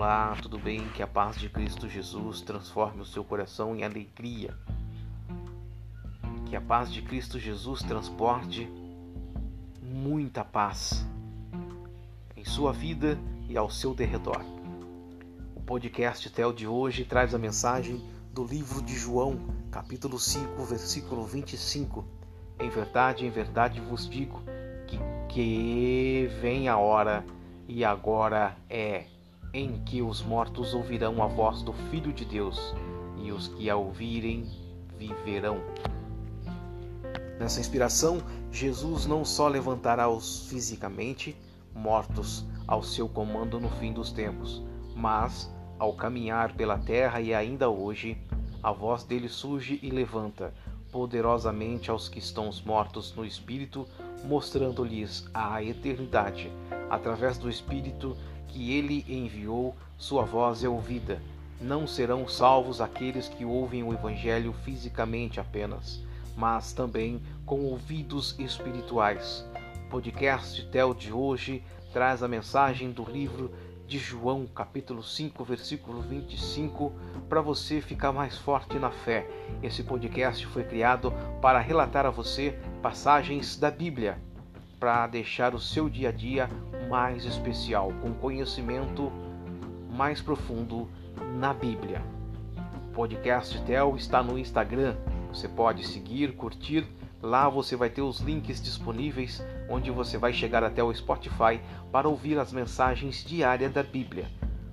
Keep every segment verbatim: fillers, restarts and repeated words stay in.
Olá, tudo bem? Que a paz de Cristo Jesus transforme o seu coração em alegria. Que a paz de Cristo Jesus transporte muita paz em sua vida e ao seu derredor. O podcast Tel de hoje traz a mensagem do livro de João, capítulo cinco, versículo vinte e cinco. Em verdade, em verdade vos digo que, que vem a hora, e agora é, em que os mortos ouvirão a voz do Filho de Deus, e os que a ouvirem viverão. Nessa inspiração, Jesus não só levantará os fisicamente mortos ao seu comando no fim dos tempos, mas, ao caminhar pela terra e ainda hoje, a voz dele surge e levanta poderosamente aos que estão mortos no Espírito, mostrando-lhes a eternidade. Através do Espírito que ele enviou, sua voz é ouvida. Não serão salvos aqueles que ouvem o Evangelho fisicamente apenas, mas também com ouvidos espirituais. O podcast Tel de hoje traz a mensagem do livro de João, capítulo cinco, versículo vinte e cinco, para você ficar mais forte na fé. Esse podcast foi criado para relatar a você passagens da Bíblia, para deixar o seu dia a dia mais especial, com conhecimento mais profundo na Bíblia. O podcast Tel está no Instagram, você pode seguir, curtir. Lá você vai ter os links disponíveis, onde você vai chegar até o Spotify para ouvir as mensagens diárias da Bíblia.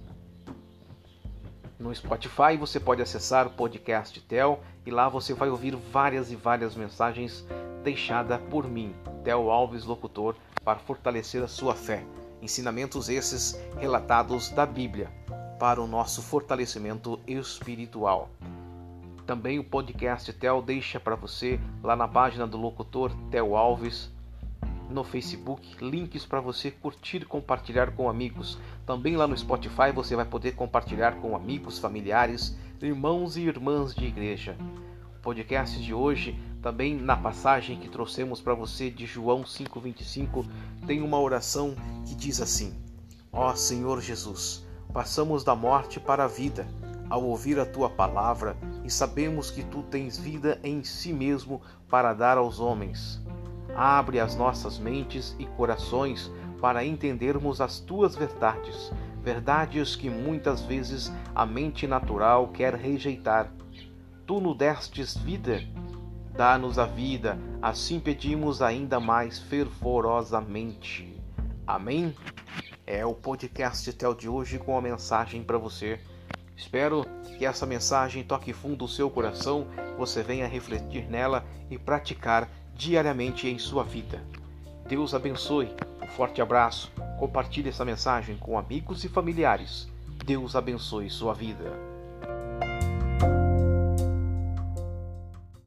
No Spotify você pode acessar o podcast Tel e lá você vai ouvir várias e várias mensagens deixadas por mim, Tel Alves Locutor, para fortalecer a sua fé. Ensinamentos esses relatados da Bíblia para o nosso fortalecimento espiritual. Também o podcast Tel deixa para você, lá na página do locutor Tel Alves, no Facebook, links para você curtir e compartilhar com amigos. Também lá no Spotify você vai poder compartilhar com amigos, familiares, irmãos e irmãs de igreja. O podcast de hoje, também na passagem que trouxemos para você de João cinco, vinte e cinco, tem uma oração que diz assim: Ó Senhor Jesus, passamos da morte para a vida ao ouvir a Tua palavra e sabemos que Tu tens vida em si mesmo para dar aos homens. Abre as nossas mentes e corações para entendermos as Tuas verdades, verdades que muitas vezes a mente natural quer rejeitar. Tu nos destes vida, dá-nos a vida, assim pedimos ainda mais fervorosamente. Amém? É o podcast Tel de hoje com a mensagem para você. Espero que essa mensagem toque fundo o seu coração, você venha refletir nela e praticar diariamente em sua vida. Deus abençoe, um forte abraço, compartilhe essa mensagem com amigos e familiares. Deus abençoe sua vida.